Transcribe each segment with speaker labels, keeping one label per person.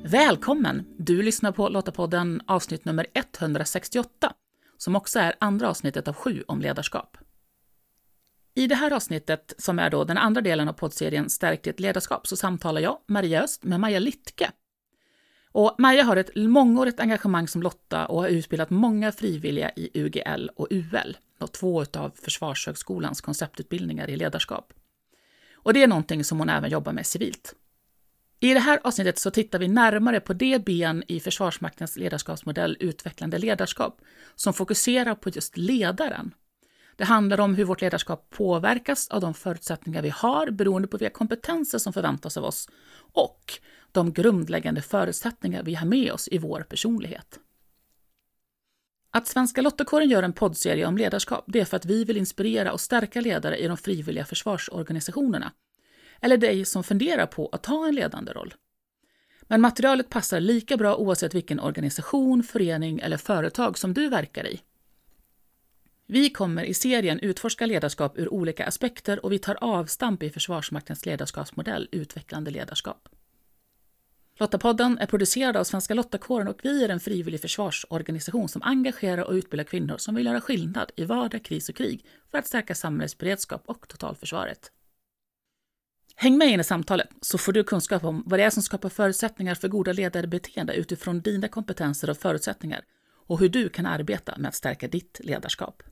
Speaker 1: Välkommen! Du lyssnar på Lottapodden avsnitt nummer 168, som också är andra avsnittet av 7 om ledarskap. I det här avsnittet, som är då den andra delen av poddserien Stärk ditt ledarskap, så samtalar jag, Maria Öst, med Maja Littke. Och Maja har ett mångårigt engagemang som Lotta och har utbildat många frivilliga i UGL och UL, och 2 av Försvarshögskolans konceptutbildningar i ledarskap. Och det är någonting som hon även jobbar med civilt. I det här avsnittet så tittar vi närmare på det ben i Försvarsmaktens ledarskapsmodell utvecklande ledarskap som fokuserar på just ledaren. Det handlar om hur vårt ledarskap påverkas av de förutsättningar vi har beroende på vilka kompetenser som förväntas av oss och de grundläggande förutsättningar vi har med oss i vår personlighet. Att Svenska Lottakåren gör en poddserie om ledarskap, det är för att vi vill inspirera och stärka ledare i de frivilliga försvarsorganisationerna. Eller dig som funderar på att ta en ledande roll. Men materialet passar lika bra oavsett vilken organisation, förening eller företag som du verkar i. Vi kommer i serien utforska ledarskap ur olika aspekter och vi tar avstamp i Försvarsmaktens ledarskapsmodell utvecklande ledarskap. Lottapodden är producerad av Svenska Lottakåren och vi är en frivillig försvarsorganisation som engagerar och utbildar kvinnor som vill göra skillnad i vardag, kris och krig för att stärka samhällets beredskap och totalförsvaret. Häng med in i samtalet så får du kunskap om vad det är som skapar förutsättningar för goda ledarbeteende utifrån dina kompetenser och förutsättningar och hur du kan arbeta med att stärka ditt ledarskap.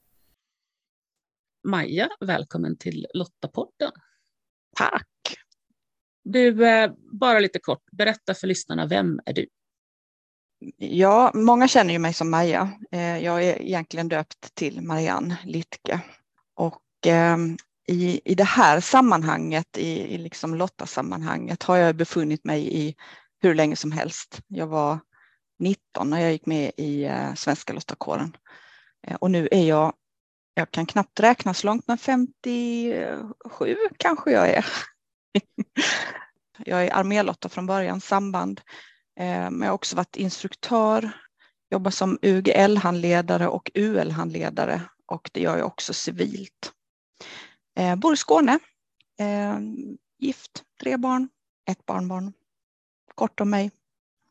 Speaker 1: Maja, välkommen till Lottapodden.
Speaker 2: Tack!
Speaker 1: Du, bara lite kort, berätta för lyssnarna, vem är du?
Speaker 2: Ja, många känner ju mig som Maja. Jag är egentligen döpt till Marianne Littke. Och i det här sammanhanget, i liksom Lotta-sammanhanget, har jag befunnit mig i hur länge som helst. Jag var 19 när jag gick med i Svenska Lottakåren. Och nu är jag kan knappt räkna så långt, men 57 kanske jag är. Jag är armélotta från början, samband. Men jag har också varit instruktör, jobbar som UGL-handledare och UL-handledare och det gör jag också civilt. Bor i Skåne, gift, 3 barn, 1 barnbarn. Kort om mig.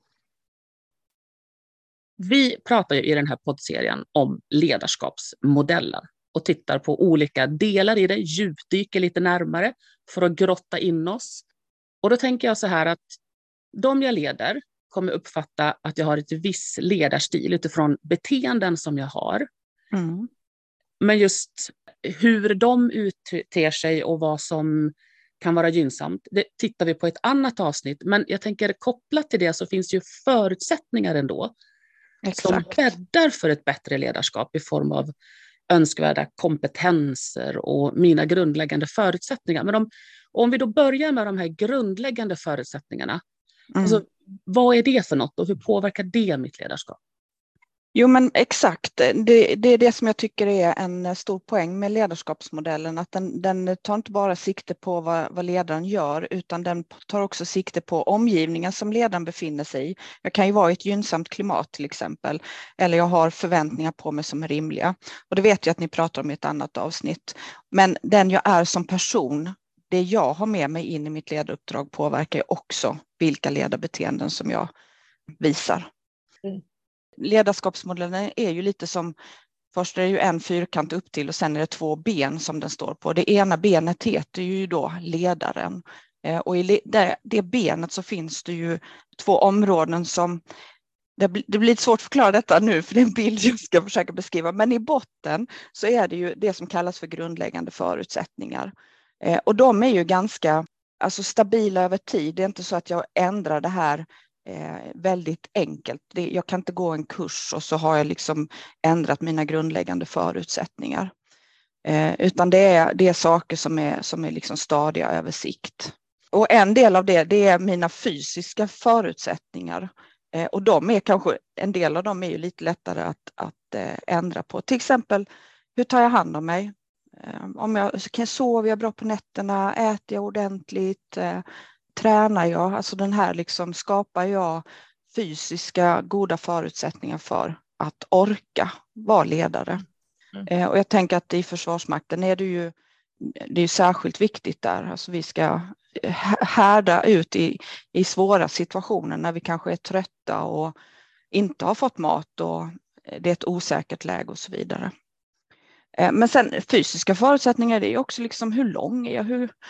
Speaker 1: Vi pratar ju i den här poddserien om ledarskapsmodellen och tittar på olika delar i det, djupdyker lite närmare för att grotta in oss. Och då tänker jag så här att de jag leder kommer uppfatta att jag har ett viss ledarstil utifrån beteenden som jag har.
Speaker 2: Mm.
Speaker 1: Men just hur de utter sig och vad som kan vara gynnsamt, det tittar vi på ett annat avsnitt. Men jag tänker kopplat till det så finns ju förutsättningar ändå.
Speaker 2: Exakt.
Speaker 1: Som bäddar för ett bättre ledarskap i form av önskvärda kompetenser och mina grundläggande förutsättningar. Men om vi då börjar med de här grundläggande förutsättningarna, alltså, vad är det för något och hur påverkar det mitt ledarskap?
Speaker 2: Jo men exakt, det är det som jag tycker är en stor poäng med ledarskapsmodellen, att den tar inte bara sikte på vad ledaren gör utan den tar också sikte på omgivningen som ledaren befinner sig i. Jag kan ju vara i ett gynnsamt klimat till exempel, eller jag har förväntningar på mig som är rimliga. Och det vet jag att ni pratar om i ett annat avsnitt. Men den jag är som person, det jag har med mig in i mitt ledaruppdrag påverkar också vilka ledarbeteenden som jag visar. Ledarskapsmodellen är ju lite som, först är det ju en fyrkant upp till och sen är det 2 ben som den står på. Det ena benet heter ju då ledaren. Och i det benet så finns det ju 2 områden som, det blir lite svårt att förklara detta nu för det är en bild jag ska försöka beskriva. Men i botten så är det ju det som kallas för grundläggande förutsättningar. Och de är ju ganska stabila över tid. Det är inte så att jag ändrar det här väldigt enkelt. Jag kan inte gå en kurs och så har jag liksom ändrat mina grundläggande förutsättningar. Utan det är saker som är liksom stadiga över sikt. Och en del av det är mina fysiska förutsättningar. Och en del av dem är ju lite lättare att ändra på. Till exempel, hur tar jag hand om mig? Sover jag bra på nätterna? Äter jag ordentligt? Tränar jag? Alltså den här liksom, skapar jag fysiska goda förutsättningar för att orka vara ledare. Och jag tänker att i Försvarsmakten är det är ju särskilt viktigt där. Alltså härda ut i svåra situationer när vi kanske är trötta och inte har fått mat och det är ett osäkert läge och så vidare. Men sen fysiska förutsättningar, det är också liksom hur lång är jag,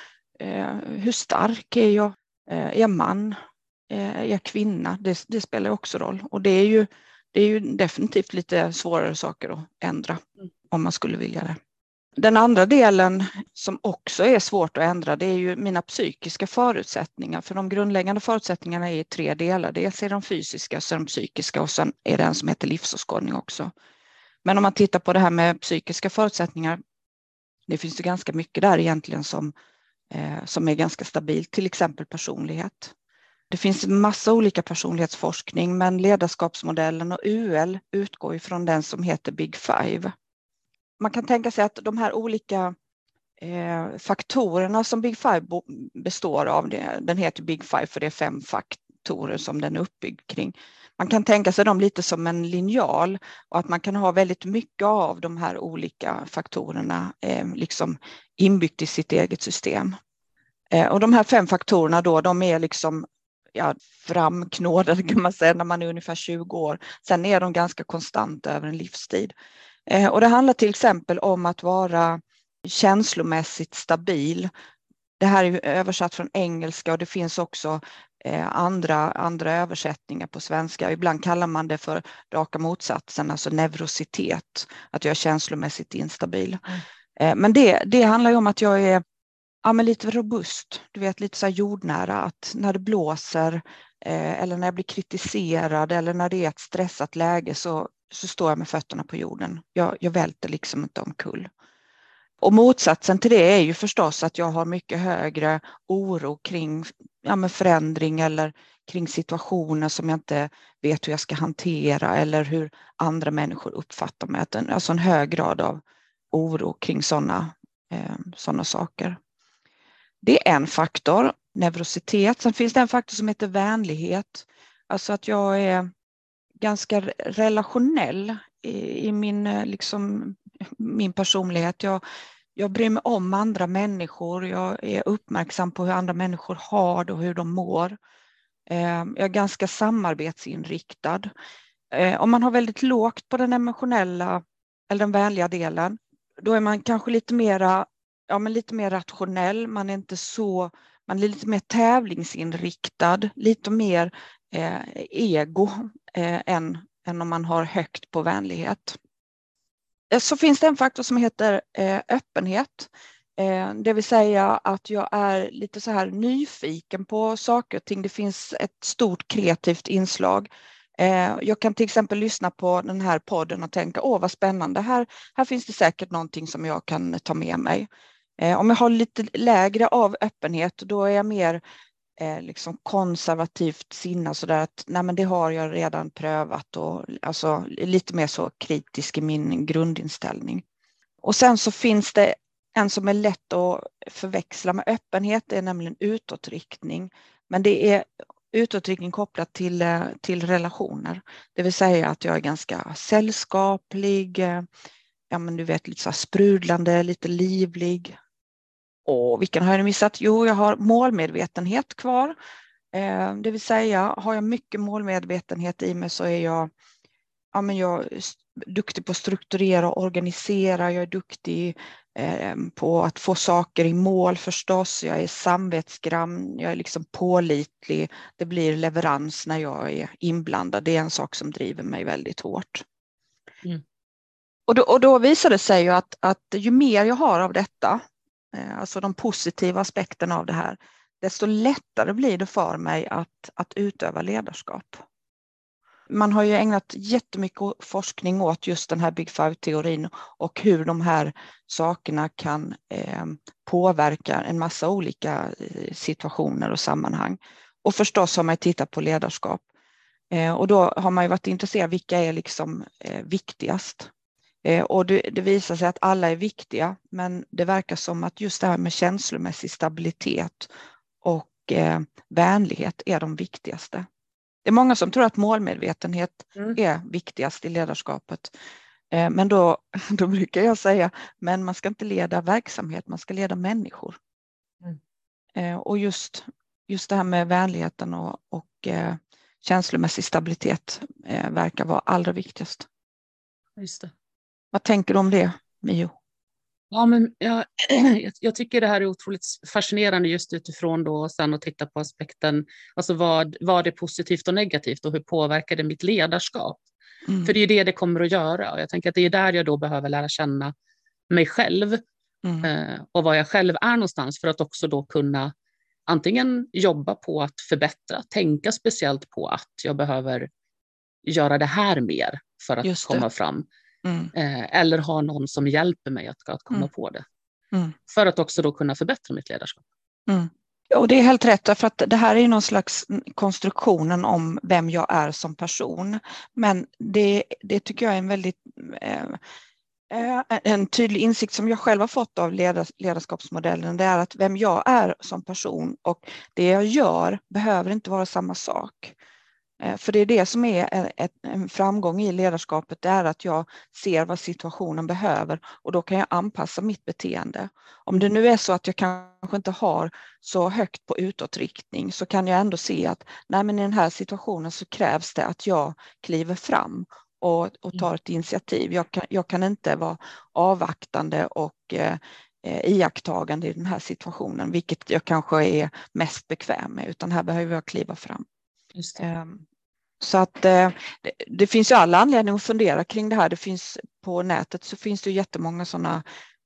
Speaker 2: hur stark är jag, är jag man, är jag kvinna, det spelar också roll. Och det är ju definitivt lite svårare saker att ändra om man skulle vilja det. Den andra delen som också är svårt att ändra, det är ju mina psykiska förutsättningar. För de grundläggande förutsättningarna är i 3 delar. Dels är de fysiska, så är de psykiska och sen är det en som heter livsåskådning också. Men om man tittar på det här med psykiska förutsättningar, det finns ju ganska mycket där egentligen som är ganska stabilt, till exempel personlighet. Det finns massa olika personlighetsforskning, men ledarskapsmodellen och UL utgår ifrån den som heter Big Five. Man kan tänka sig att de här olika faktorerna som Big Five består av, den heter Big Five för det är 5 faktorer som den är uppbyggd kring. Man kan tänka sig dem lite som en linjal och att man kan ha väldigt mycket av de här olika faktorerna liksom inbyggt i sitt eget system. Och de här 5 faktorerna då, de är liksom framknådade kan man säga när man är ungefär 20 år. Sen är de ganska konstanta över en livstid. Och det handlar till exempel om att vara känslomässigt stabil. Det här är översatt från engelska och det finns också andra översättningar på svenska. Ibland kallar man det för raka motsatsen, alltså neurositet, att jag är känslomässigt instabil. Men det handlar ju om att jag är lite robust, du vet, lite så här jordnära, att när det blåser eller när jag blir kritiserad eller när det är ett stressat läge så står jag med fötterna på jorden. Jag välter liksom inte omkull. Och motsatsen till det är ju förstås att jag har mycket högre oro kring förändring eller kring situationer som jag inte vet hur jag ska hantera eller hur andra människor uppfattar mig. Alltså en hög grad av oro kring sådana saker. Det är en faktor, neurositet. Sen finns det en faktor som heter vänlighet. Alltså att jag är ganska relationell i min personlighet. Jag bryr mig om andra människor. Jag är uppmärksam på hur andra människor har det och hur de mår. Jag är ganska samarbetsinriktad. Om man har väldigt lågt på den emotionella eller den vänliga delen, då är man kanske lite mer rationell. Man är lite mer tävlingsinriktad, lite mer ego än om man har högt på vänlighet. Så finns det en faktor som heter öppenhet. Det vill säga att jag är lite så här nyfiken på saker och ting. Det finns ett stort kreativt inslag. Jag kan till exempel lyssna på den här podden och tänka, vad spännande, här finns det säkert någonting som jag kan ta med mig. Om jag har lite lägre av öppenhet, då är jag mer liksom konservativt sinne, så där att nej, men det har jag redan prövat, och alltså lite mer så kritisk i min grundinställning. Och sen så finns det en som är lätt att förväxla med öppenhet, det är nämligen utåtriktning. Men det är utåtriktning kopplat till relationer. Det vill säga att jag är ganska sällskaplig, du vet, lite så sprudlande, lite livlig. Och vilken har jag missat? Jo, jag har målmedvetenhet kvar. Det vill säga, har jag mycket målmedvetenhet i mig så är jag är duktig på att strukturera och organisera. Jag är duktig på att få saker i mål förstås. Jag är samvetsgrann, jag är liksom pålitlig. Det blir leverans när jag är inblandad. Det är en sak som driver mig väldigt hårt. Mm. Och då visar det sig ju att ju mer jag har av detta, alltså de positiva aspekterna av det här, desto lättare blir det för mig att utöva ledarskap. Man har ju ägnat jättemycket forskning åt just den här Big Five-teorin och hur de här sakerna kan påverka en massa olika situationer och sammanhang. Och förstås har man tittat på ledarskap. Och då har man ju varit intresserad av vilka är liksom viktigast. Och det visar sig att alla är viktiga, men det verkar som att just det här med känslomässig stabilitet och vänlighet är de viktigaste. Det är många som tror att målmedvetenhet är viktigast i ledarskapet. Men då brukar jag säga, men man ska inte leda verksamhet, man ska leda människor. Och just det här med vänligheten och känslomässig stabilitet verkar vara allra viktigast.
Speaker 1: Just det.
Speaker 2: Vad tänker du om det, Mio?
Speaker 1: Ja, men jag tycker det här är otroligt fascinerande just utifrån då sen att titta på aspekten, alltså vad är positivt och negativt och hur påverkar det mitt ledarskap? För det är det kommer att göra, och jag tänker att det är där jag då behöver lära känna mig själv och var jag själv är någonstans, för att också då kunna antingen jobba på att förbättra, tänka speciellt på att jag behöver göra det här mer för att komma fram. Eller ha någon som hjälper mig att komma på det. För att också då kunna förbättra mitt ledarskap.
Speaker 2: Ja, och det är helt rätt, för att det här är någon slags konstruktionen om vem jag är som person. Men det tycker jag är en väldigt en tydlig insikt som jag själv har fått av ledarskapsmodellen. Det är att vem jag är som person och det jag gör behöver inte vara samma sak. För det är det som är en framgång i ledarskapet, det är att jag ser vad situationen behöver och då kan jag anpassa mitt beteende. Om det nu är så att jag kanske inte har så högt på utåtriktning, så kan jag ändå se att nej, men i den här situationen så krävs det att jag kliver fram och tar ett initiativ. Jag kan inte vara avvaktande och iakttagande i den här situationen, vilket jag kanske är mest bekväm med, utan här behöver jag kliva fram.
Speaker 1: Just det.
Speaker 2: Så att det finns ju alla anledning att fundera kring det här. Det finns på nätet, så finns det ju jättemånga sådana,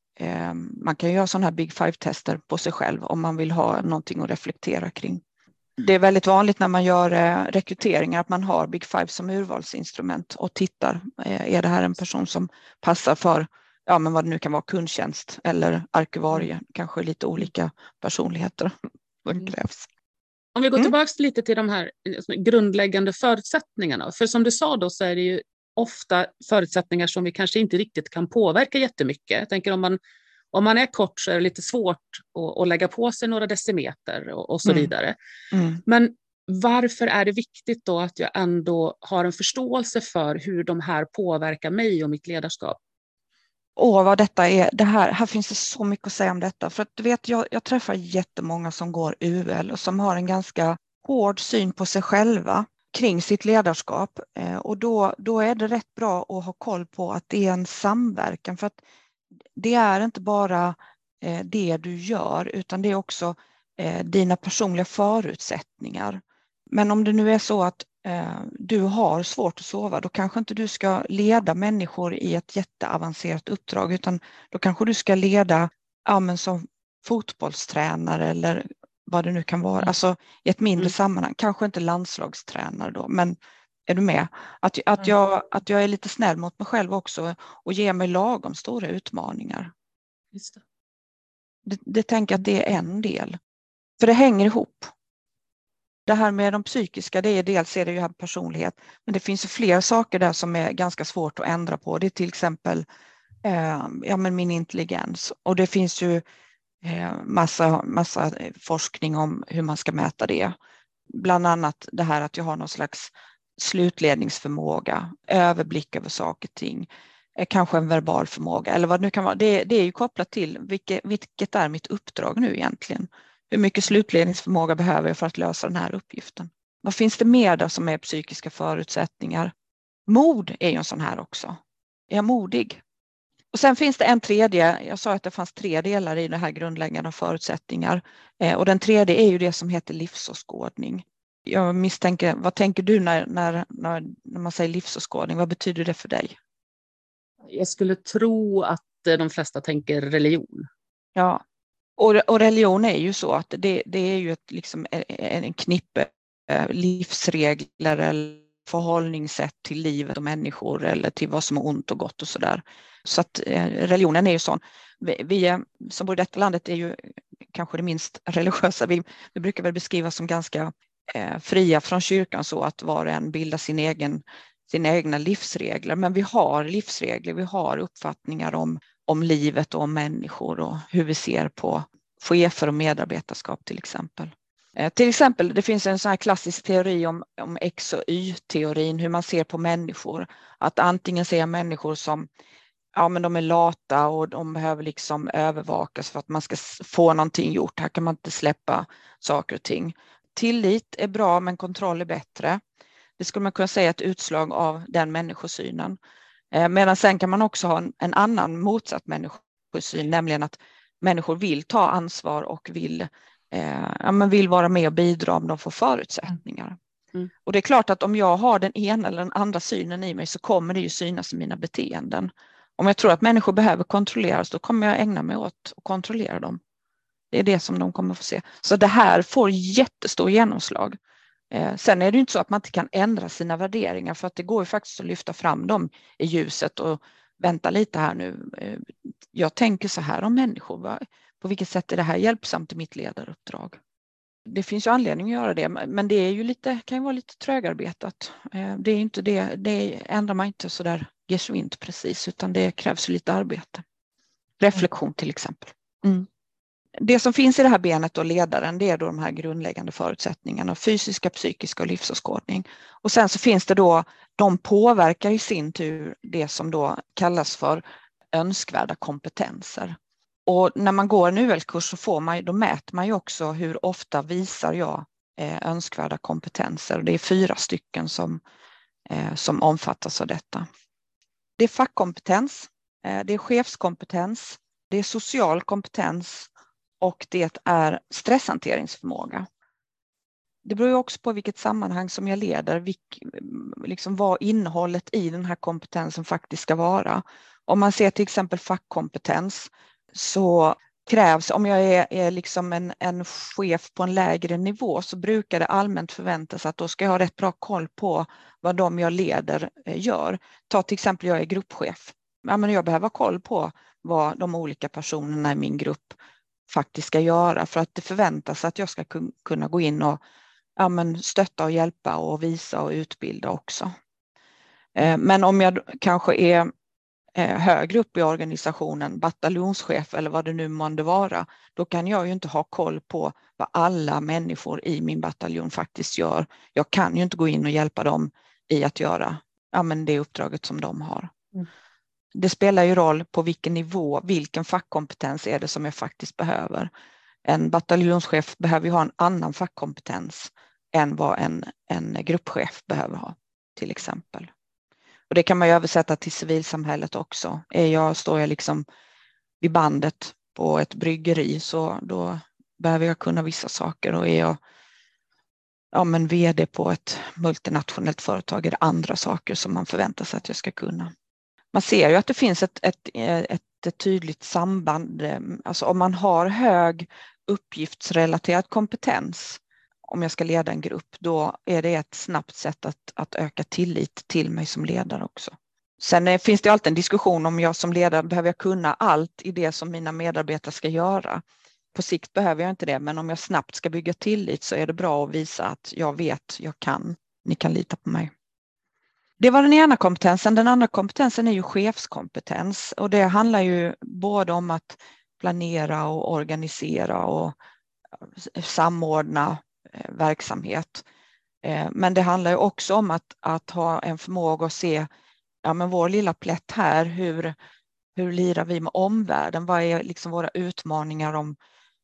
Speaker 2: man kan göra sådana här Big Five-tester på sig själv om man vill ha någonting att reflektera kring. Det är väldigt vanligt när man gör rekryteringar att man har Big Five som urvalsinstrument och tittar, är det här en person som passar för, ja men vad det nu kan vara, kundtjänst eller arkivarie, kanske lite olika personligheter som krävs.
Speaker 1: Om vi går tillbaka lite till de här grundläggande förutsättningarna. För som du sa då, så är det ju ofta förutsättningar som vi kanske inte riktigt kan påverka jättemycket. Jag tänker om man är kort så är det lite svårt att lägga på sig några decimeter och så vidare. Men varför är det viktigt då att jag ändå har en förståelse för hur de här påverkar mig och mitt ledarskap?
Speaker 2: Vad detta är, här finns det så mycket att säga om detta. För att du vet, jag träffar jättemånga som går UL och som har en ganska hård syn på sig själva kring sitt ledarskap. Och då är det rätt bra att ha koll på att det är en samverkan. För att det är inte bara det du gör, utan det är också dina personliga förutsättningar. Men om det nu är så att du har svårt att sova, då kanske inte du ska leda människor i ett jätteavancerat uppdrag, utan då kanske du ska leda men som fotbollstränare eller vad det nu kan vara, alltså i ett mindre sammanhang, kanske inte landslagstränare då, men är du med? Att jag är lite snäll mot mig själv också och ger mig lagom stora utmaningar.
Speaker 1: Just
Speaker 2: Det tänker jag att det är en del, för det hänger ihop. Det här med de psykiska, dels är det ju här personlighet, men det finns ju fler saker där som är ganska svårt att ändra på. Det är till exempel men min intelligens, och det finns ju massa forskning om hur man ska mäta det. Bland annat det här att jag har någon slags slutledningsförmåga, överblick över saker och ting, kanske en verbal förmåga eller vad det nu kan vara. Det är ju kopplat till vilket är mitt uppdrag nu egentligen. Hur mycket slutledningsförmåga behöver jag för att lösa den här uppgiften? Vad finns det mer där som är psykiska förutsättningar? Mod är ju en sån här också. Är jag modig? Och sen finns det en tredje, jag sa att det fanns 3 delar i det här grundläggande förutsättningar. Och den tredje är ju det som heter livsåskådning. Jag misstänker, vad tänker du när man säger livsåskådning? Vad betyder det för dig?
Speaker 1: Jag skulle tro att de flesta tänker religion.
Speaker 2: Ja. Och religion är ju så att det är ju en knippe livsregler eller förhållningssätt till livet och människor eller till vad som är ont och gott och sådär. Så att religionen är ju sån. Vi som bor i detta landet är ju kanske det minst religiösa. Vi brukar väl beskrivas som ganska fria från kyrkan, så att var och en bildar sina egna livsregler. Men vi har livsregler, vi har uppfattningar om livet och om människor och hur vi ser på chefer och medarbetarskap till exempel. Till exempel, det finns en sån här klassisk teori om X och Y-teorin, hur man ser på människor. Att antingen ser människor som ja, men de är lata och de behöver liksom övervakas för att man ska få någonting gjort. Här kan man inte släppa saker och ting. Tillit är bra, men kontroll är bättre. Det skulle man kunna säga är ett utslag av den människosynen. Medan sen kan man också ha en annan motsatt människosyn, nämligen att människor vill ta ansvar och vill vara med och bidra om de får förutsättningar. Mm. Och det är klart att om jag har den ena eller den andra synen i mig så kommer det ju synas i mina beteenden. Om jag tror att människor behöver kontrolleras, då kommer jag ägna mig åt att kontrollera dem. Det är det som de kommer få se. Så det här får jättestor genomslag. Sen är det inte så att man inte kan ändra sina värderingar, för att det går ju faktiskt att lyfta fram dem i ljuset och vänta lite här nu. Jag tänker så här om människor. På vilket sätt är det här hjälpsamt i mitt ledaruppdrag? Det finns ju anledning att göra det, men det är ju kan ju vara lite trögarbetat. Det är inte det ändrar man inte så där gesvint precis, utan det krävs lite arbete. Reflektion till exempel. Mm. Det som finns i det här benet och ledaren, det är då de här grundläggande förutsättningarna, fysiska, psykiska och livsåskådning. Och sen så finns det då, de påverkar i sin tur det som då kallas för önskvärda kompetenser. Och när man går en UL-kurs så då mäter man ju också hur ofta visar jag önskvärda kompetenser. Det är 4 stycken som omfattas av detta. Det är fackkompetens, det är chefskompetens, det är social kompetens och det är stresshanteringsförmåga. Det beror ju också på vilket sammanhang som jag leder, liksom vad innehållet i den här kompetensen faktiskt ska vara. Om man ser till exempel fackkompetens så krävs, om jag är liksom en chef på en lägre nivå, så brukar det allmänt förväntas att då ska jag ha rätt bra koll på vad de jag leder gör. Ta till exempel, jag är gruppchef. Ja, men jag behöver ha koll på vad de olika personerna i min grupp faktiskt ska göra, för att det förväntas att jag ska kunna gå in och stötta och hjälpa och visa och utbilda också. Men om jag kanske är högre upp i organisationen, bataljonschef eller vad det nu månde vara, då kan jag ju inte ha koll på vad alla människor i min bataljon faktiskt gör. Jag kan ju inte gå in och hjälpa dem i att göra det uppdraget som de har. Mm. Det spelar ju roll på vilken nivå, vilken fackkompetens är det som jag faktiskt behöver. En bataljonschef behöver ju ha en annan fackkompetens än vad en gruppchef behöver ha, till exempel. Och det kan man ju översätta till civilsamhället också. Står jag liksom vid bandet på ett bryggeri, så då behöver jag kunna vissa saker. Och är jag vd på ett multinationellt företag, är det andra saker som man förväntar sig att jag ska kunna. Man ser ju att det finns ett tydligt samband. Alltså om man har hög uppgiftsrelaterad kompetens, om jag ska leda en grupp, då är det ett snabbt sätt att öka tillit till mig som ledare också. Sen finns det alltid en diskussion om jag som ledare behöver jag kunna allt i det som mina medarbetare ska göra. På sikt behöver jag inte det, men om jag snabbt ska bygga tillit så är det bra att visa att jag vet, jag kan, ni kan lita på mig. Det var den ena kompetensen. Den andra kompetensen är ju chefskompetens, och det handlar ju både om att planera och organisera och samordna verksamhet. Men det handlar ju också om att ha en förmåga att se vår lilla plätt här, hur lirar vi med omvärlden? Vad är liksom våra utmaningar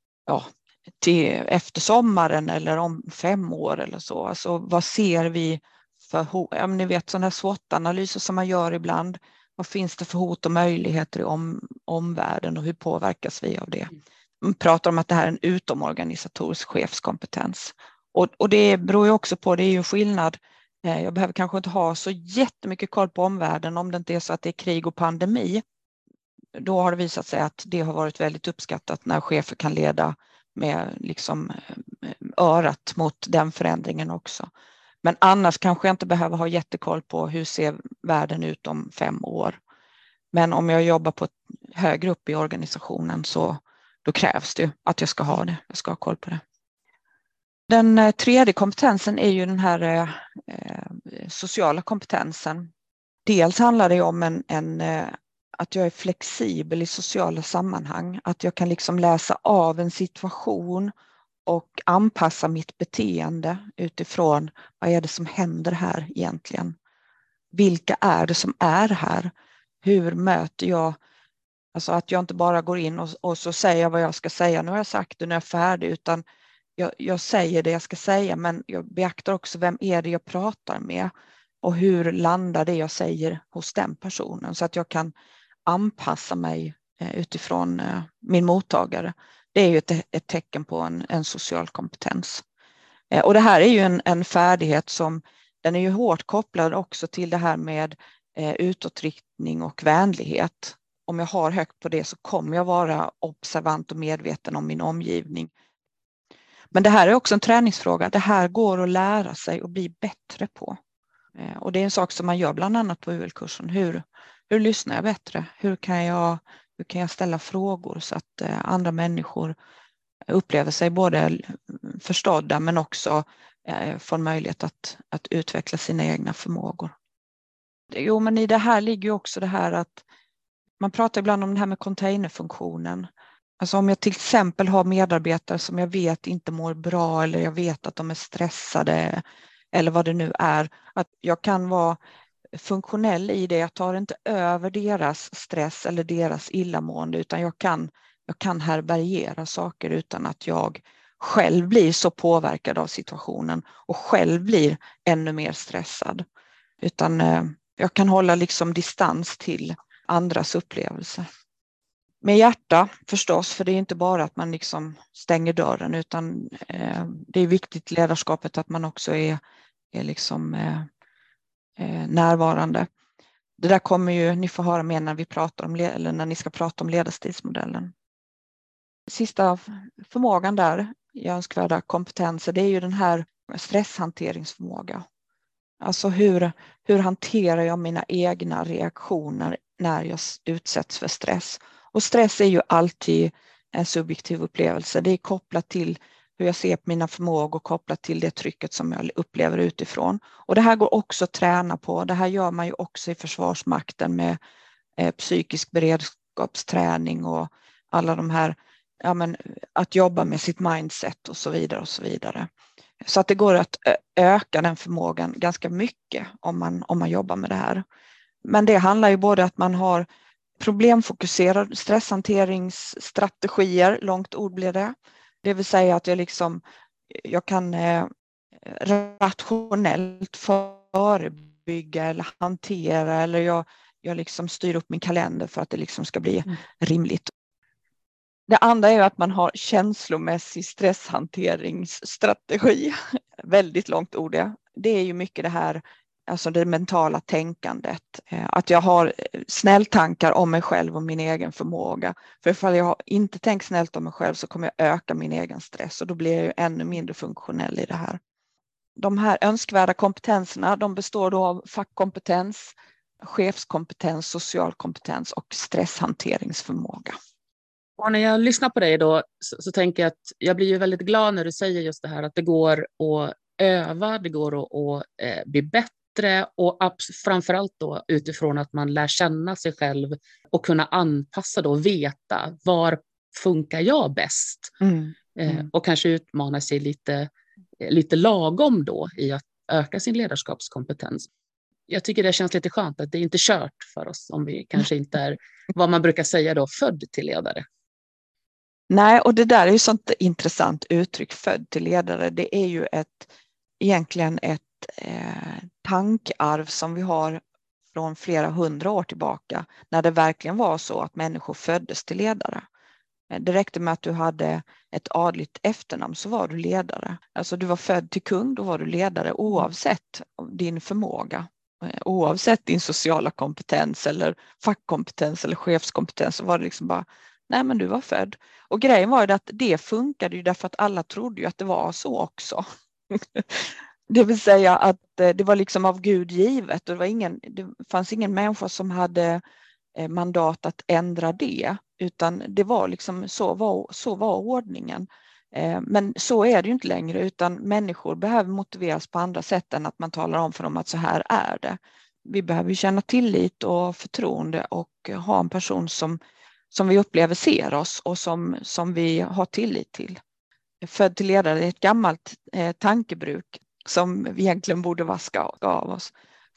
Speaker 2: efter sommaren eller om 5 år eller så? Alltså, vad ser vi för ni vet sådana här SWOT-analyser som man gör ibland. Vad finns det för hot och möjligheter i omvärlden och hur påverkas vi av det? Man pratar om att det här är en utomorganisatorisk chefskompetens. Och det beror ju också på, det är ju skillnad. Jag behöver kanske inte ha så jättemycket koll på omvärlden om det inte är så att det är krig och pandemi. Då har det visat sig att det har varit väldigt uppskattat när chefer kan leda med liksom örat mot den förändringen också. Men annars kanske jag inte behöver ha jättekoll på hur ser världen ut om 5 år. Men om jag jobbar på ett högre upp i organisationen, så då krävs det att jag ska ha det. Jag ska ha koll på det. Den tredje kompetensen är ju den här sociala kompetensen. Dels handlar det om att jag är flexibel i sociala sammanhang. Att jag kan liksom läsa av en situation och anpassa mitt beteende utifrån vad är det som händer här egentligen. Vilka är det som är här? hur möter jag, alltså att jag inte bara går in och så säger jag vad jag ska säga, nu har jag sagt det, nu är jag färdig, utan jag säger det jag ska säga, men jag beaktar också vem är det jag pratar med och hur landar det jag säger hos den personen, så att jag kan anpassa mig utifrån min mottagare. Det är ju ett tecken på en social kompetens. Och det här är ju en färdighet som den är ju hårt kopplad också till det här med utåtriktning och vänlighet. Om jag har högt på det så kommer jag vara observant och medveten om min omgivning. Men det här är också en träningsfråga. Det här går att lära sig och bli bättre på. Och det är en sak som man gör bland annat på UL-kursen. Hur lyssnar jag bättre? Hur kan jag ställa frågor så att andra människor upplever sig både förstådda men också får en möjlighet att utveckla sina egna förmågor. Jo, men i det här ligger ju också det här att man pratar ibland om det här med containerfunktionen. Alltså om jag till exempel har medarbetare som jag vet inte mår bra eller jag vet att de är stressade eller vad det nu är, att jag kan vara funktionell i det. Jag tar inte över deras stress eller deras illamående, utan jag kan härbärgera saker utan att jag själv blir så påverkad av situationen och själv blir ännu mer stressad. Utan jag kan hålla liksom distans till andras upplevelser. Med hjärta förstås, för det är inte bara att man liksom stänger dörren, utan det är viktigt i ledarskapet att man också är liksom närvarande. Det där kommer ju ni få höra mer när vi pratar om eller när ni ska prata om ledarstilsmodellen. Sista förmågan där i önskvärda kompetenser, det är ju den här stresshanteringsförmåga. Alltså hur hanterar jag mina egna reaktioner när jag utsätts för stress? Och stress är ju alltid en subjektiv upplevelse. Det är kopplat till hur jag ser på mina förmågor, kopplat till det trycket som jag upplever utifrån. Och det här går också att träna på. Det här gör man ju också i Försvarsmakten med psykisk beredskapsträning och alla de här, att jobba med sitt mindset och så vidare och så vidare. Så att det går att öka den förmågan ganska mycket om man jobbar med det här. Men det handlar ju både att man har problemfokuserade stresshanteringsstrategier, långt ord blir det. Det vill säga att jag kan rationellt förebygga eller hantera, eller jag liksom styr upp min kalender för att det liksom ska bli rimligt. Det andra är att man har känslomässig stresshanteringsstrategi. Väldigt långt ord det. Det är ju mycket det här, alltså det mentala tänkandet. Att jag har snälltankar om mig själv och min egen förmåga. För ifall jag inte tänker snällt om mig själv så kommer jag öka min egen stress och då blir jag ju ännu mindre funktionell i det här. De här önskvärda kompetenserna, de består då av fackkompetens, chefskompetens, social kompetens och stresshanteringsförmåga.
Speaker 1: Och när jag lyssnar på dig då så tänker jag att jag blir ju väldigt glad när du säger just det här att det går att öva, det går att bli bättre och framförallt då utifrån att man lär känna sig själv och kunna anpassa då och veta var funkar jag bäst och kanske utmana sig lite lagom då i att öka sin ledarskapskompetens. Jag tycker det känns lite skönt att det är inte kört för oss om vi kanske inte är vad man brukar säga då född till ledare.
Speaker 2: Nej, och det där är ju sånt intressant uttryck, född till ledare. Det är ju egentligen ett tankarv som vi har från flera hundra år tillbaka, när det verkligen var så att människor föddes till ledare. Det räckte med att du hade ett adligt efternamn så var du ledare. Alltså du var född till kung, då var du ledare oavsett din förmåga. Oavsett din sociala kompetens eller fackkompetens eller chefskompetens, så var det liksom bara, nej men du var född. Och grejen var ju att det funkade ju därför att alla trodde ju att det var så också. Det vill säga att det var liksom av Gud givet och det fanns ingen människa som hade mandat att ändra det, utan det var liksom så var ordningen. Men så är det ju inte längre, utan människor behöver motiveras på andra sätt än att man talar om för dem att så här är det. Vi behöver känna tillit och förtroende och ha en person som vi upplever ser oss och som vi har tillit till. Född till ledare är ett gammalt tankebruk som vi egentligen borde vaska av oss.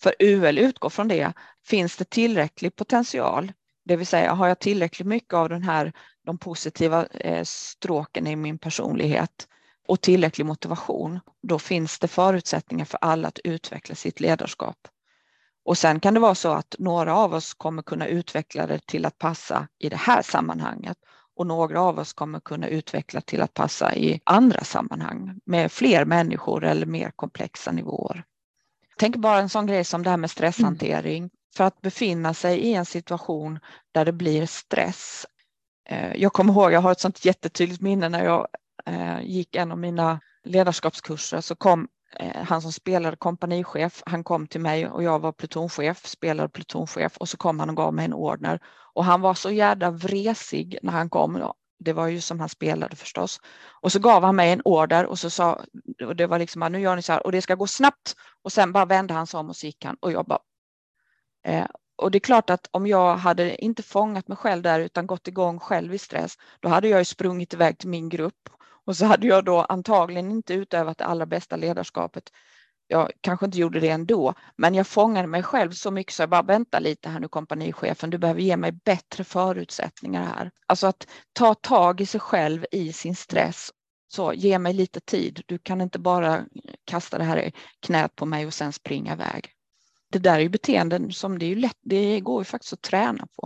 Speaker 2: För UL utgår från det. Finns det tillräcklig potential? Det vill säga, har jag tillräckligt mycket av de positiva stråken i min personlighet och tillräcklig motivation, då finns det förutsättningar för alla att utveckla sitt ledarskap. Och sen kan det vara så att några av oss kommer kunna utveckla det till att passa i det här sammanhanget och några av oss kommer kunna utveckla till att passa i andra sammanhang med fler människor eller mer komplexa nivåer. Tänk bara en sån grej som det här med stresshantering. För att befinna sig i en situation där det blir stress. Jag kommer ihåg, jag har ett sånt jättetydligt minne när jag gick en av mina ledarskapskurser, så kom han som spelade kompanichef, han kom till mig och jag var plutonchef, spelade plutonchef, och så kom han och gav mig en order. Och han var så jävla vresig när han kom. Det var ju som han spelade förstås. Och så gav han mig en order och så sa, och det var liksom, nu gör ni så här och det ska gå snabbt. Och sen bara vände han sig om och så gick han och jag bara. Och det är klart att om jag hade inte fångat mig själv där utan gått igång själv i stress, då hade jag ju sprungit iväg till min grupp. Och så hade jag då antagligen inte utövat det allra bästa ledarskapet. Jag kanske inte gjorde det ändå, men jag fångade mig själv så mycket så jag bara, vänta lite här nu kompanichefen, du behöver ge mig bättre förutsättningar här. Alltså att ta tag i sig själv i sin stress. Så ge mig lite tid, du kan inte bara kasta det här i knät på mig och sen springa iväg. Det där är ju beteenden som det är ju lätt, det går ju faktiskt att träna på.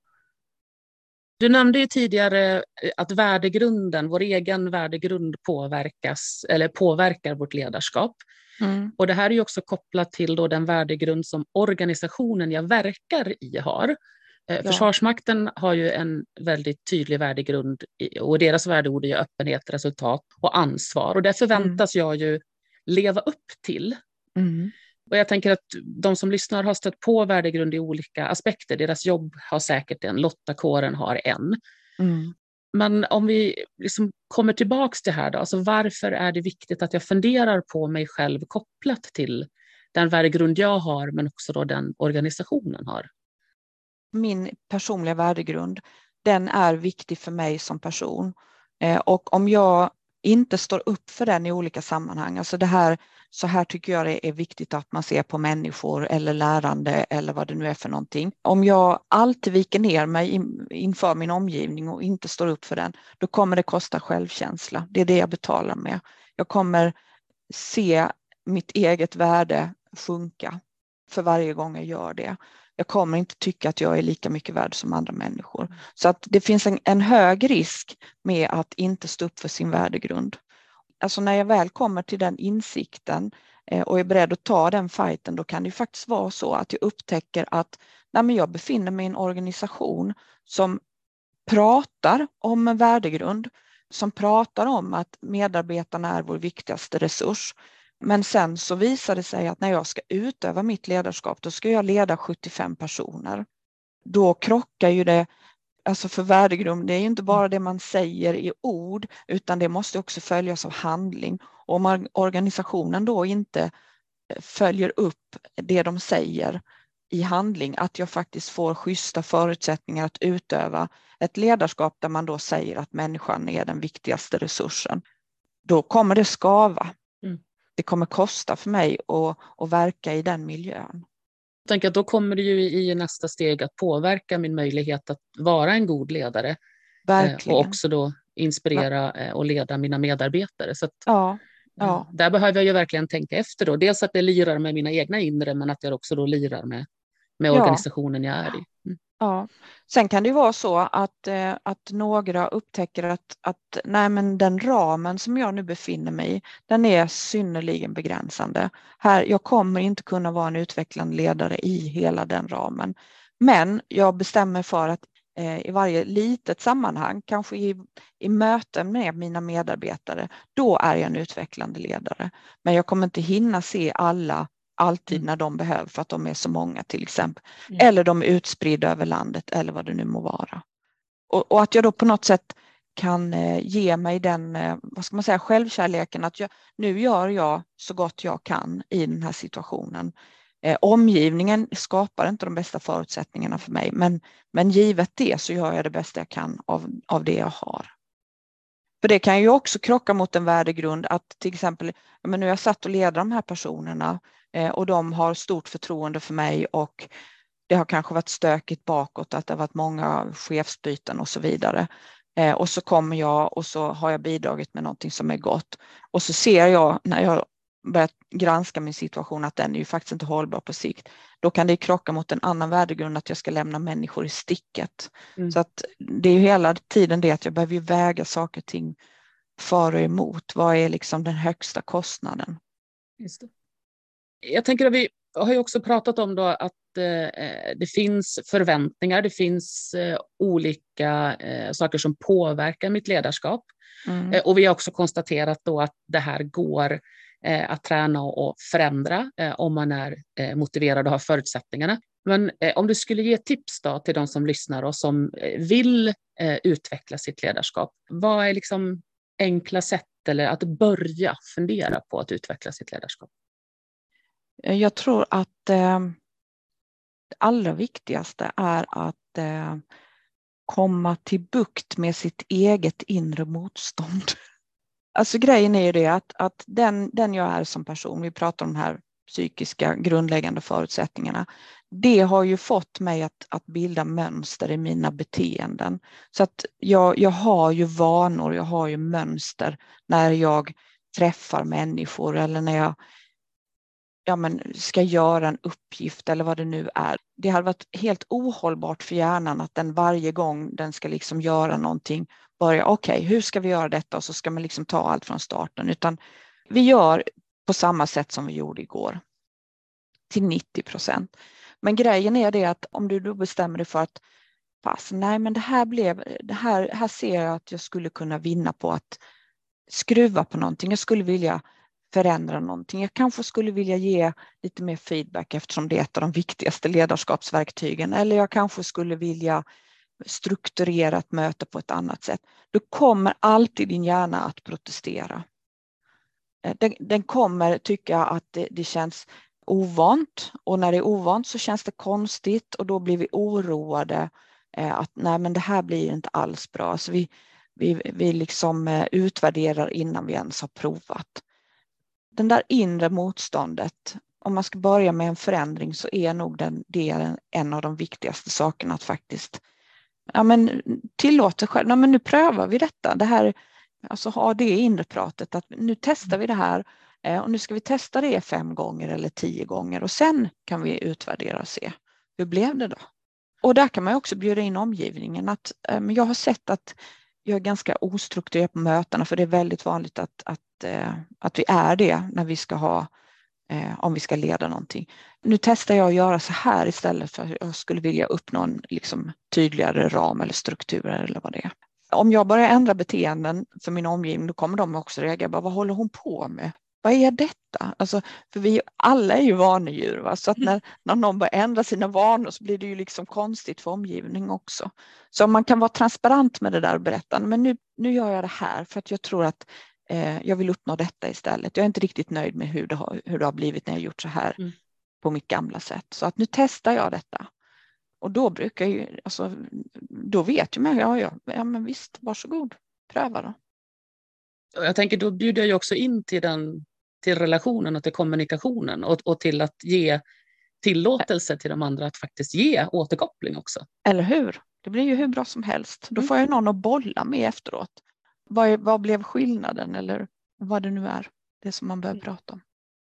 Speaker 1: Du nämnde ju tidigare att värdegrunden, vår egen värdegrund påverkar vårt ledarskap. Och det här är ju också kopplat till då den värdegrund som organisationen jag verkar i har. Ja. Försvarsmakten har ju en väldigt tydlig värdegrund och deras värdeord är ju öppenhet, resultat och ansvar. Och det förväntas jag ju leva upp till. Och jag tänker att de som lyssnar har stött på värdegrund i olika aspekter. Deras jobb har säkert en, Lottakåren har en. Men om vi liksom kommer tillbaka till det här då, alltså varför är det viktigt att jag funderar på mig själv kopplat till den värdegrund jag har men också då den organisationen har?
Speaker 2: Min personliga värdegrund, den är viktig för mig som person. Och om jag inte står upp för den i olika sammanhang, alltså så här tycker jag det är viktigt att man ser på människor eller lärande eller vad det nu är för någonting. Om jag alltid viker ner mig inför min omgivning och inte står upp för den, då kommer det kosta självkänsla. Det är det jag betalar med. Jag kommer se mitt eget värde sjunka för varje gång jag gör det. Jag kommer inte tycka att jag är lika mycket värd som andra människor. Så att det finns en hög risk med att inte stå upp för sin värdegrund. Alltså när jag väl kommer till den insikten och är beredd att ta den fighten, då kan det ju faktiskt vara så att jag upptäcker att jag befinner mig i en organisation som pratar om en värdegrund, som pratar om att medarbetarna är vår viktigaste resurs. Men sen så visar det sig att när jag ska utöva mitt ledarskap, då ska jag leda 75 personer. Då krockar ju det, alltså för värdegrund, det är ju inte bara det man säger i ord, utan det måste också följas av handling. Och om organisationen då inte följer upp det de säger i handling, att jag faktiskt får schyssta förutsättningar att utöva ett ledarskap där man då säger att människan är den viktigaste resursen, då kommer det skava. Det kommer kosta för mig att verka i den miljön.
Speaker 1: Jag tänker att då kommer det ju i nästa steg att påverka min möjlighet att vara en god ledare.
Speaker 2: Verkligen.
Speaker 1: Och också då inspirera och leda mina medarbetare. Så att,
Speaker 2: ja.
Speaker 1: Där behöver jag ju verkligen tänka efter då. Dels att jag lirar med mina egna inre, men att jag också då lirar med organisationen jag är i.
Speaker 2: Ja. Sen kan det ju vara så att några upptäcker att nej, men den ramen som jag nu befinner mig i, den är synnerligen begränsande. Jag kommer inte kunna vara en utvecklande ledare i hela den ramen. Men jag bestämmer för att i varje litet sammanhang, kanske i möten med mina medarbetare, då är jag en utvecklande ledare. Men jag kommer inte hinna se alla alltid när de behöver, för att de är så många till exempel. Eller de är utspridda över landet eller vad det nu må vara. Och att jag då på något sätt kan ge mig den, självkärleken att nu gör jag så gott jag kan i den här situationen. Omgivningen skapar inte de bästa förutsättningarna för mig, men givet det så gör jag det bästa jag kan av det jag har. För det kan ju också krocka mot en värdegrund att till exempel, nu har jag satt och leder de här personerna och de har stort förtroende för mig, och det har kanske varit stökigt bakåt, att det har varit många chefsbyten och så vidare. Och så kommer jag och så har jag bidragit med någonting som är gott. Och så ser jag när jag börjar granska min situation att den är ju faktiskt inte hållbar på sikt. Då kan det krocka mot en annan värdegrund, att jag ska lämna människor i sticket. Så att det är ju hela tiden det att jag behöver väga saker och ting för och emot. Vad är liksom den högsta kostnaden?
Speaker 1: Just det. Jag tänker att vi har ju också pratat om då att det finns förväntningar, det finns olika saker som påverkar mitt ledarskap. Och vi har också konstaterat då att det här går att träna och förändra om man är motiverad och har förutsättningarna. Men om du skulle ge tips då till de som lyssnar och som vill utveckla sitt ledarskap, vad är liksom enkla sätt eller att börja fundera på att utveckla sitt ledarskap?
Speaker 2: Jag tror att det allra viktigaste är att komma till bukt med sitt eget inre motstånd. Alltså grejen är ju det att den jag är som person, vi pratar om de här psykiska grundläggande förutsättningarna, det har ju fått mig att bilda mönster i mina beteenden. Så att jag har ju vanor, jag har ju mönster när jag träffar människor eller när jag ska göra en uppgift eller vad det nu är. Det har varit helt ohållbart för hjärnan att den varje gång den ska liksom göra någonting börja, okej, hur ska vi göra detta? Och så ska man liksom ta allt från starten. Utan vi gör på samma sätt som vi gjorde igår. Till 90%. Men grejen är det att om du då bestämmer dig för att nej men här ser jag att jag skulle kunna vinna på att skruva på någonting. Jag skulle vilja förändra någonting. Jag kanske skulle vilja ge lite mer feedback eftersom det är ett av de viktigaste ledarskapsverktygen. Eller jag kanske skulle vilja strukturera ett möte på ett annat sätt. Då kommer alltid din hjärna att protestera. Den kommer tycka att det känns ovant, och när det är ovant så känns det konstigt och då blir vi oroade att nej men det här blir inte alls bra. Så vi liksom utvärderar innan vi ens har provat. Den där inre motståndet, om man ska börja med en förändring så är nog det en av de viktigaste sakerna, att faktiskt tillåta sig själv, men nu prövar vi detta. Det här, alltså ha det inre pratet att nu testar vi det här och nu ska vi testa det 5 gånger eller 10 gånger och sen kan vi utvärdera och se hur blev det då. Och där kan man också bjuda in omgivningen. Att jag har sett att jag är ganska ostrukturerad på mötena, för det är väldigt vanligt att vi är det när vi ska ha, om vi ska leda någonting. Nu testar jag att göra så här istället för att jag skulle vilja uppnå en liksom tydligare ram eller strukturer eller vad det är. Om jag börjar ändra beteenden för min omgivning, då kommer de också reagera. Vad håller hon på med? Vad är detta? Alltså, för vi alla är ju vanedjur. Va? Så att när någon börjar ändra sina vanor så blir det ju liksom konstigt för omgivning också. Så om man kan vara transparent med det där och berätta, men nu gör jag det här för att jag tror att jag vill uppnå detta istället. Jag är inte riktigt nöjd med hur det har blivit när jag gjort så här på mitt gamla sätt. Så att nu testar jag detta. Och då brukar ju, då vet ju man, ja men visst, varsågod, pröva då.
Speaker 1: Jag tänker då bjuder jag ju också in till relationen och till kommunikationen och till att ge tillåtelse till de andra att faktiskt ge återkoppling också.
Speaker 2: Eller hur? Det blir ju hur bra som helst. Då får jag någon att bolla med efteråt. Vad blev skillnaden eller vad det nu är, det som man behöver prata om.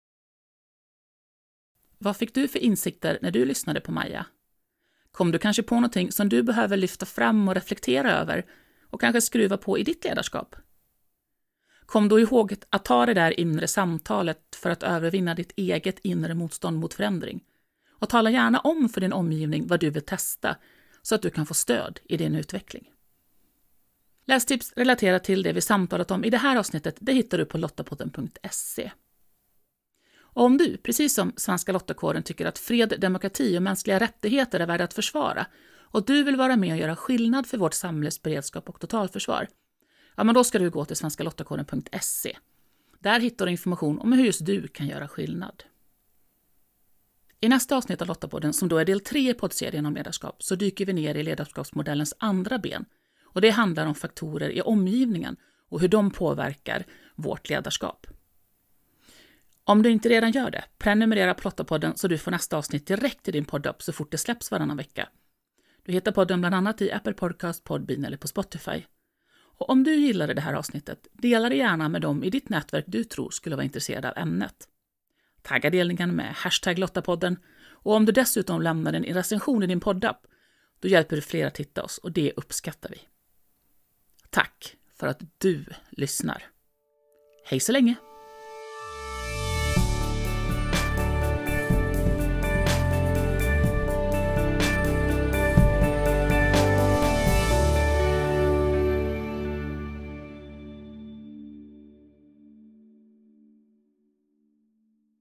Speaker 1: Vad fick du för insikter när du lyssnade på Maja? Kom du kanske på någonting som du behöver lyfta fram och reflektera över och kanske skruva på i ditt ledarskap? Kom då ihåg att ta det där inre samtalet för att övervinna ditt eget inre motstånd mot förändring. Och tala gärna om för din omgivning vad du vill testa så att du kan få stöd i din utveckling. Lästips relaterat till det vi samtalat om i det här avsnittet, det hittar du på lottapodden.se. Och om du, precis som Svenska Lottakåren, tycker att fred, demokrati och mänskliga rättigheter är värda att försvara och du vill vara med och göra skillnad för vårt samhällsberedskap och totalförsvar, ja men då ska du gå till svenskalottakåren.se. Där hittar du information om hur just du kan göra skillnad. I nästa avsnitt av Lottapodden, som då är del 3 i poddserien om ledarskap, så dyker vi ner i ledarskapsmodellens andra ben. Och det handlar om faktorer i omgivningen och hur de påverkar vårt ledarskap. Om du inte redan gör det, prenumerera på Lottapodden så du får nästa avsnitt direkt i din poddapp så fort det släpps varannan vecka. Du hittar podden bland annat i Apple Podcast, Podbean eller på Spotify. Och om du gillade det här avsnittet, dela det gärna med dem i ditt nätverk du tror skulle vara intresserade av ämnet. Tagga delningen med #Lottapodden och om du dessutom lämnar en recension i din poddapp, då hjälper du fler att titta oss och det uppskattar vi. Tack för att du lyssnar. Hej så länge!